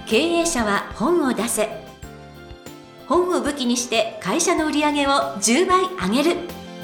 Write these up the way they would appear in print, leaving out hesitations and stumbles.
経営者は本を出せ。本を武器にして会社の売り上げを10倍上げる。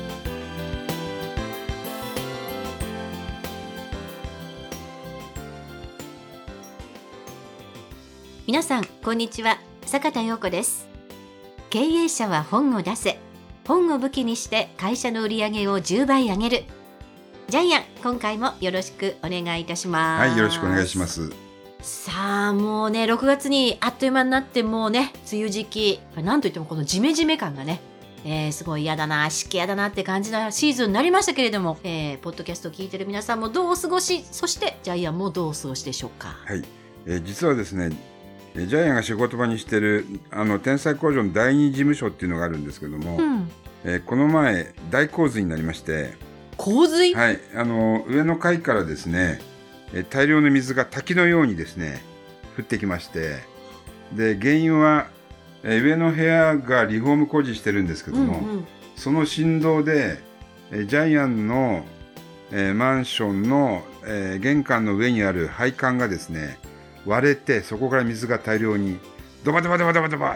皆さんこんにちは、坂田陽子です。経営者は本を出せ。本を武器にして会社の売り上げを10倍上げる。ジャイアン、今回もよろしくお願いいたします。 はい、よろしくお願いします。 さあ、もうね、6月にあっという間になって、もうね、梅雨時期、なんといってもこのジメジメ感がね、すごい嫌だな、湿気嫌だなって感じのシーズンになりましたけれども、ポッドキャストを聞いている皆さんもどうお過ごし、そしてジャイアンもどうお過ごしでしょうか。 はい、実はですね、ジャイアンが仕事場にしている天才工場の第二事務所っていうのがあるんですけども、この前大洪水になりまして。 洪水？ はい、上の階からですね、大量の水が滝のようにですね降ってきまして、で原因は、上の部屋がリフォーム工事してるんですけども、その振動で、ジャイアンの、マンションの、玄関の上にある配管がですね割れて、そこから水が大量にドバドバドバドバドバ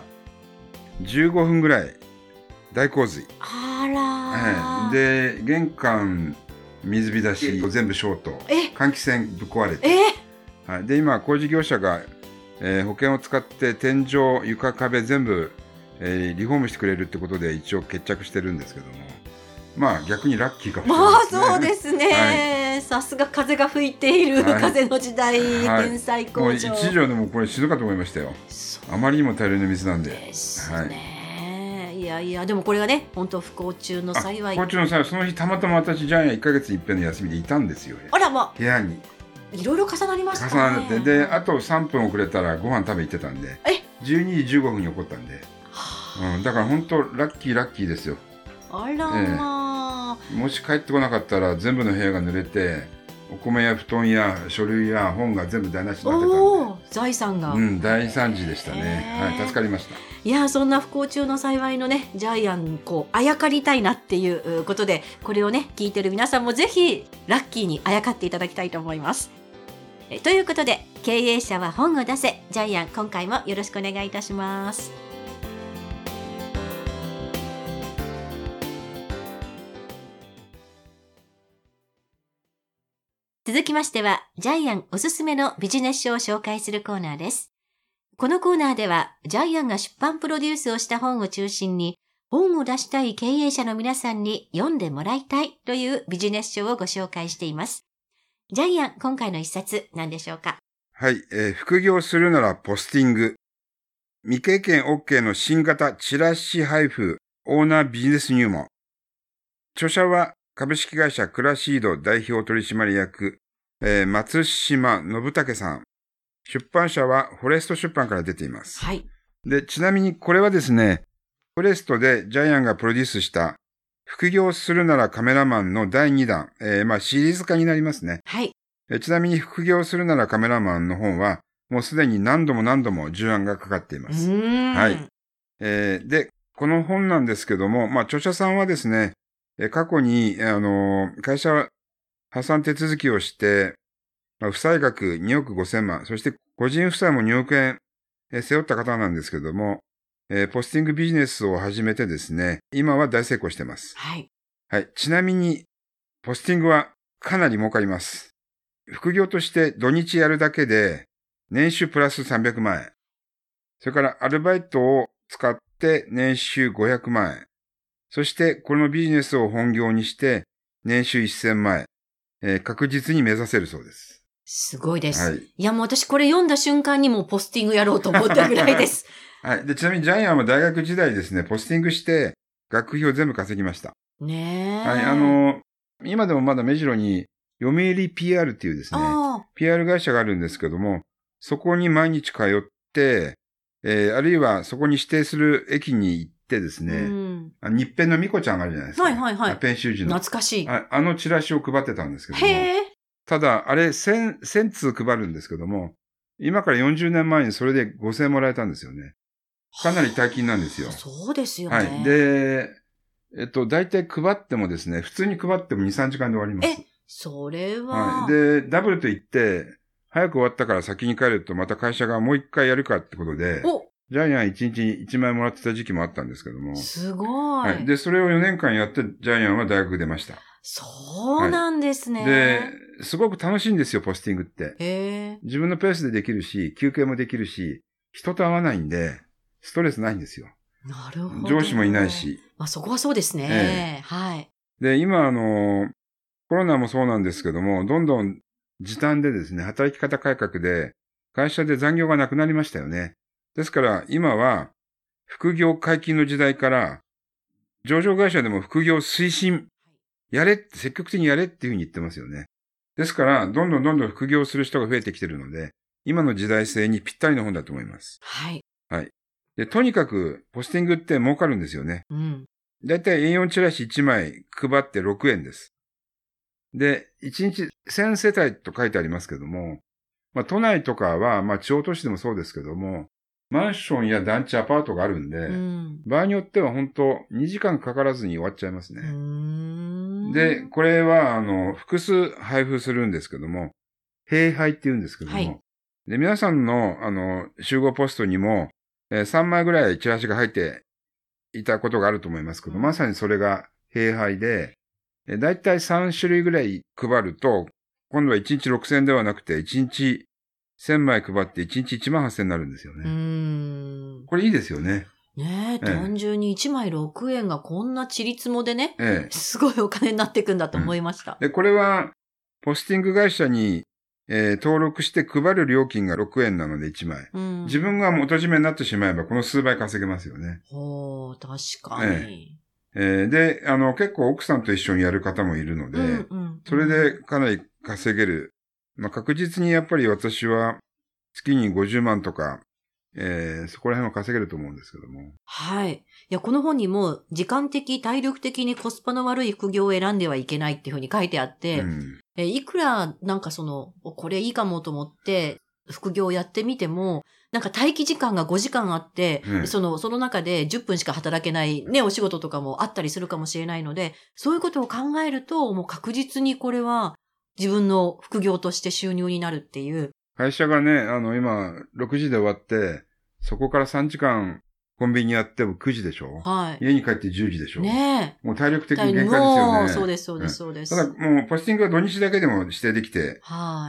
15分ぐらい大洪水。 あら、 で玄関水浸し、全部ショート、換気扇ぶっ壊れて、はい、で今工事業者が、保険を使って天井床壁全部、リフォームしてくれるってことで一応決着してるんですけども、まあ逆にラッキーかもしれないですね。 そうですね、はい、さすが風が吹いている、風の時代、天才工場、 もう一畳でもこれ死ぬかと思いましたよ。あまりにも大量の水なんでですね。いやいや、でもこれがね、本当不幸中の幸い。 不幸中の幸い。その日たまたま私ジャイアン1ヶ月に一遍の休みでいたんですよ。 あら、まあ、 部屋にいろいろ重なりましたね。 重なってで、あと3分遅れたらご飯食べ行ってたんで、12時15分に起こったんで、だから本当ラッキーですよ。 あらまあ、 もし帰ってこなかったら全部の部屋が濡れて、お米や布団や書類や本が全部台無しになってたんで、 財産が、 大惨事でしたね。はい、助かりました。 いや、そんな不幸中の幸いのね、ジャイアンこうあやかりたいなっていうことで、これをね聞いてる皆さんもぜひラッキーにあやかっていただきたいと思います。ということで、経営者は本を出せ。ジャイアン、今回もよろしくお願いいたします。続きましては、ジャイアンおすすめのビジネス書を紹介するコーナーです。このコーナーでは、ジャイアンが出版プロデュースをした本を中心に、本を出したい経営者の皆さんに読んでもらいたいというビジネス書をご紹介しています。ジャイアン、今回の一冊何でしょうか？ はい、副業するならポスティング。未経験 OK の新型チラシ配布オーナービジネス入門。著者は株式会社クラシード代表取締役、松島信武さん。出版社はフォレスト出版から出ています。 はい。 で、ちなみにこれはですね、フォレストでジャイアンがプロデュースした副業するならカメラマンの第2弾、シリーズ化になりますね。 はい。 ちなみに副業するならカメラマンの本はもうすでに何度も受案がかかっています。はい。で、この本なんですけども、著者さんはですね、過去に会社破産手続きをして、負債額2億5千万、そして個人負債も2億円背負った方なんですけども、ポスティングビジネスを始めてですね、今は大成功してます。 はい。 はい。ちなみに、ポスティングはかなり儲かります。副業として土日やるだけで、年収プラス300万円。それからアルバイトを使って年収500万円。そしてこのビジネスを本業にして年収1000万円。確実に目指せるそうです。 すごいです。 はい。 いや、もう私これ読んだ瞬間にもうポスティングやろうと思ったぐらいです。 はい。で、ちなみにジャイアンは大学時代ですね、ポスティングして学費を全部稼ぎました。 ねえ。 はい。今でもまだ目白に読売 PR っていうですね、PR 会社があるんですけども、そこに毎日通って、あるいはそこに指定する駅に行ってですね、日編のミコちゃんがあるじゃないですか。 はいはいはい。 ペン習字の。 懐かしい。 チラシを配ってたんですけども。 へー。 ただ、あれ1000通配るんですけども、今から40年前にそれで5000円もらえたんですよね。かなり大金なんですよ。 そうですよね。 はい。で、大体配ってもですね、普通に配っても2、3時間で終わります。 それは。 はい。で、ダブルと言って、 早く終わったから先に帰るとまた会社がもう一回やるかってことで、ジャイアン1日1万円もらってた時期もあったんですけども。 すごい。 はい。で、それを4年間やって、ジャイアンは大学出ました。 そうなんですね。 で、すごく楽しいんですよ、ポスティングって。自分のペースでできるし、休憩もできるし、人と会わないんで、ストレスないんですよ。 なるほど。 上司もいないし。 まあ、そこはそうですね。はい。 で、今コロナもそうなんですけども、どんどん時短でですね、働き方改革で、会社で残業がなくなりましたよね。ですから、今は、副業解禁の時代から、上場会社でも副業推進、やれ、積極的にやれっていうふうに言ってますよね。ですから、どんどん副業する人が増えてきてるので、今の時代性にぴったりの本だと思います。 はい。 はい。で、とにかく、ポスティングって儲かるんですよね。 うん。 だいたい A4 チラシ1枚配って6円です。で、1日1000世帯と書いてありますけども、まあ、都内とかは、まあ、地方都市でもそうですけども、マンションや団地アパートがあるんで、場合によっては本当2時間かからずに終わっちゃいますね。で、これは、複数配布するんですけども、併配って言うんですけども、はい、で、皆さんの、集合ポストにも、3枚ぐらいチラシが入っていたことがあると思いますけど、まさにそれが併配で、だいたい3種類ぐらい配ると、今度は1日6000円ではなくて、1日1000枚配って1日1万8000円になるんですよね。これいいですよね。 ねえ、単純に1枚6円がこんなちりつもでね、すごいお金になっていくんだと思いました。 で、これは、ポスティング会社に、登録して配る料金が6円なので1枚。自分が元締めになってしまえばこの数倍稼げますよね。 確かに。 で、結構奥さんと一緒にやる方もいるので、それでかなり稼げる。まあ、確実にやっぱり私は月に50万とか、そこら辺は稼げると思うんですけども。 はい。いや、この本にも時間的、体力的にコスパの悪い副業を選んではいけないっていうふうに書いてあって、いくらなんかこれいいかもと思って副業をやってみても、なんか待機時間が5時間あって、その中で10分しか働けないね、お仕事とかもあったりするかもしれないので、そういうことを考えると、もう確実にこれは自分の副業として収入になるっていう。 会社がね、今、6時で終わって、そこから3時間コンビニやっても9時でしょ？はい。家に帰って10時でしょ？ねえ。もう体力的に限界ですよね。もう、 そうです、そうです、そうです。 ただ、もう、ポスティングは土日だけでも指定できて、はい。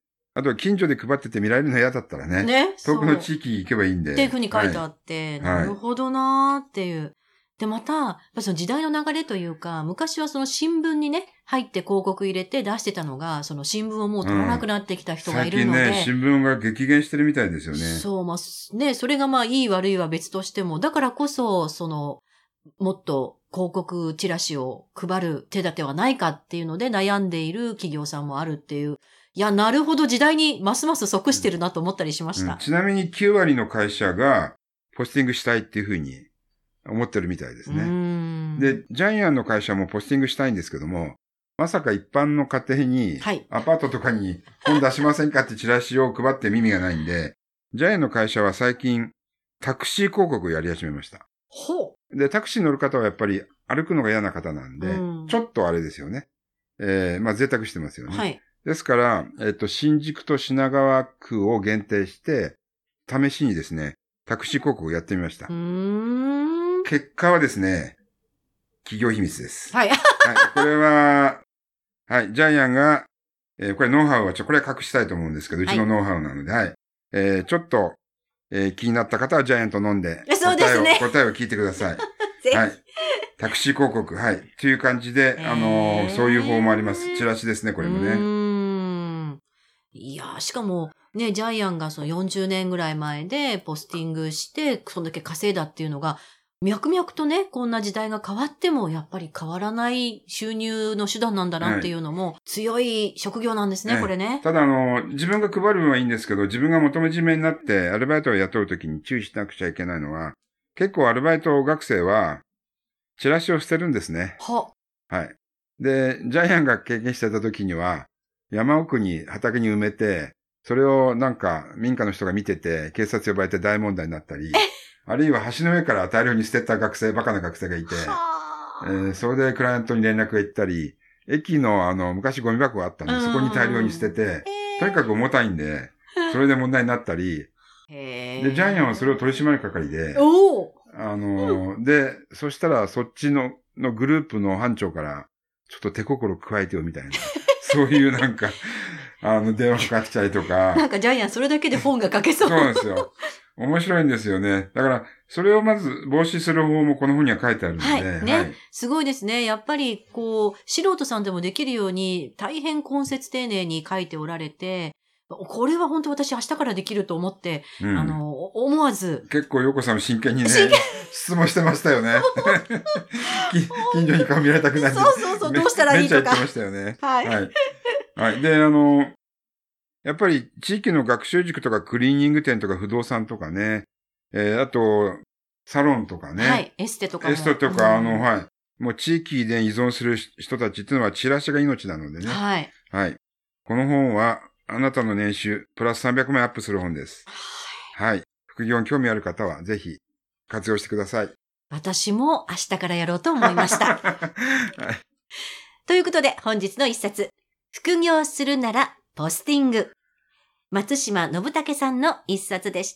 あとは近所で配ってて見られるの嫌だったらね。ね。遠くの地域行けばいいんで。 っていうふうに書いてあって、なるほどなーっていう。で、また、やっぱその時代の流れというか、昔はその新聞にね、入って広告入れて出してたのが、その新聞をもう取らなくなってきた人がいるので。 最近ね、新聞が激減してるみたいですよね。 そう、まあ、ね、それがまあいい悪いは別としても、だからこそ、もっと広告チラシを配る手立てはないかっていうので悩んでいる企業さんもあるっていう。いや、なるほど、時代にますます即してるなと思ったりしました。 ちなみに9割の会社がポスティングしたいっていうふうに思ってるみたいですね。で、ジャイアンの会社もポスティングしたいんですけども、まさか一般の家庭に、アパートとかに本出しませんかってチラシを配って耳がないんで、ジャイアンの会社は最近タクシー広告をやり始めました。で、タクシー乗る方はやっぱり歩くのが嫌な方なんで、ちょっとあれですよね。まあ贅沢してますよね。はい。ですから、新宿と品川区を限定して、試しにですね、タクシー広告をやってみました。結果はですね、企業秘密です。はい。はい。これは、はい。ジャイアンが、これノウハウはこれは隠したいと思うんですけど、うちのノウハウなので、はい。ちょっと、気になった方はジャイアンと飲んで、 そうですね。 答えを聞いてください。はい。タクシー広告、はい。という感じで、そういう方もあります。チラシですね、これもね。 いや、しかも、ね、ジャイアンがその40年ぐらい前でポスティングして、そんだけ稼いだっていうのが、脈々とね、こんな時代が変わっても、やっぱり変わらない収入の手段なんだなっていうのも、強い職業なんですね、これね。 ただ、自分が配るのはいいんですけど、自分が元締めになって、アルバイトを雇うときに注意しなくちゃいけないのは、結構アルバイト学生は、チラシを捨てるんですね。はい。で、ジャイアンが経験してたときには、山奥に畑に埋めて、それをなんか民家の人が見てて、警察呼ばれて大問題になったり、あるいは橋の上から大量に捨てたバカな学生がいて、それでクライアントに連絡が行ったり、駅の昔ゴミ箱があったんで、そこに大量に捨てて、 とにかく重たいんで、それで問題になったり、で、ジャイアンはそれを取り締まる係で、で、そしたらそっちのグループの班長から、ちょっと手心加えてよみたいな、そういうなんか、電話かけたりとか。 なんかジャイアンそれだけで本が書けそう。 そうなんですよ。面白いんですよね。だから、それをまず防止する方法もこの本には書いてあるので。 はい。ね。はい、すごいですね。やっぱり、素人さんでもできるように、大変根節丁寧に書いておられて、これは本当私明日からできると思って、思わず。 結構、ヨコさんも真剣にね、質問してましたよね。近所に顔見られたくないんで。 そう、どうしたらいいとか。 めっちゃ言ってましたよね。 はい。 はい。で、やっぱり地域の学習塾とかクリーニング店とか不動産とかね、あと、サロンとかね。 はい。エステとかも。 エステとか、はい。もう地域で依存する人たちっていうのはチラシが命なのでね。 はい。 はい。この本は、あなたの年収、プラス300万アップする本です。はい。副業に興味ある方は、ぜひ、活用してください。 私も明日からやろうと思いました。はい。ということで、本日の一冊。副業するなら、ポスティング。松島信武さんの一冊でした。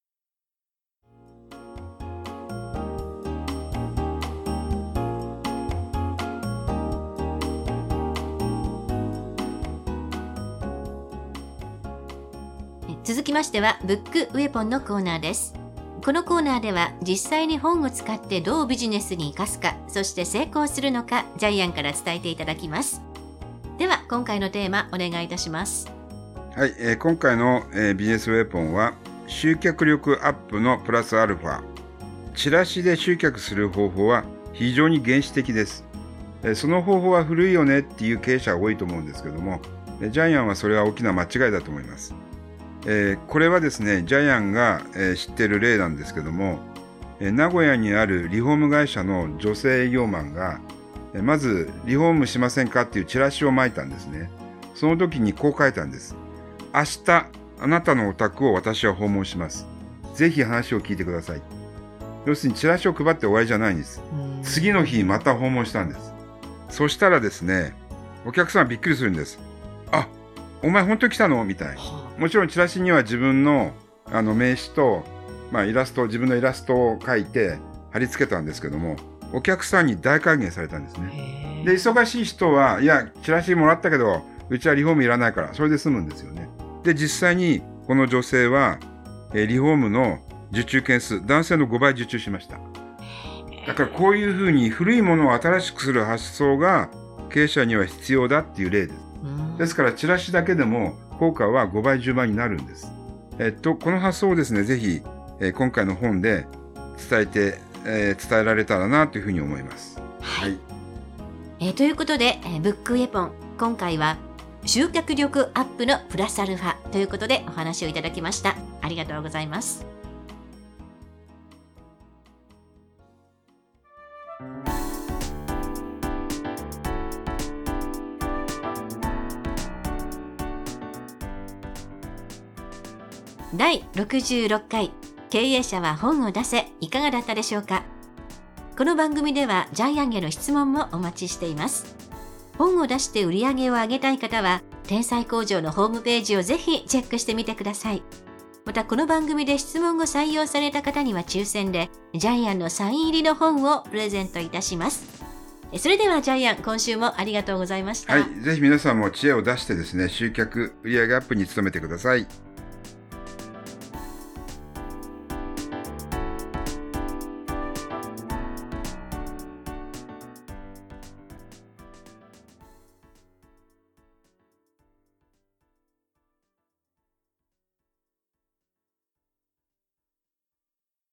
続きましては、ブックウェポンのコーナーです。このコーナーでは、実際に本を使ってどうビジネスに生かすか、そして成功するのか、ジャイアンから伝えていただきます。では、今回のテーマ、お願いいたします。 はい、今回の、ビジネスウェポンは、集客力アップのプラスアルファ。チラシで集客する方法は非常に原始的です。その方法は古いよねっていう経営者が多いと思うんですけども、ジャイアンはそれは大きな間違いだと思います。これはですね、ジャイアンが、知っている例なんですけども、名古屋にあるリフォーム会社の女性営業マンが、まずリフォームしませんかっていうチラシを巻いたんですね。その時にこう書いたんです。明日、あなたのお宅を私は訪問します。ぜひ話を聞いてください。要するにチラシを配って終わりじゃないんです。次の日また訪問したんです。そしたらですね、お客さんはびっくりするんです。あ、お前本当に来たのみたいな。もちろんチラシには自分の名刺と、自分のイラストを書いて貼り付けたんですけども、お客さんに大歓迎されたんですね。で、忙しい人は、いや、チラシもらったけど、うちはリフォームいらないから、それで済むんですよね。で、実際にこの女性は、リフォームの受注件数、男性の5倍受注しました。だからこういうふうに古いものを新しくする発想が経営者には必要だっていう例です。ですからチラシだけでも効果は5倍10倍になるんです。この発想をですね、ぜひ、今回の本で伝えられたらなというふうに思います。 はい。ということで、ブックウェポン、今回は集客力アップのプラスアルファということでお話をいただきました。ありがとうございます。第66回経営者は本を出せ、いかがだったでしょうか。この番組ではジャイアンへの質問もお待ちしています。本を出して売り上げを上げたい方は天才工場のホームページをぜひチェックしてみてください。またこの番組で質問を採用された方には抽選でジャイアンのサイン入りの本をプレゼントいたします。それではジャイアン、今週もありがとうございました。 はい、ぜひ皆さんも知恵を出してですね、集客売上アップに努めてください。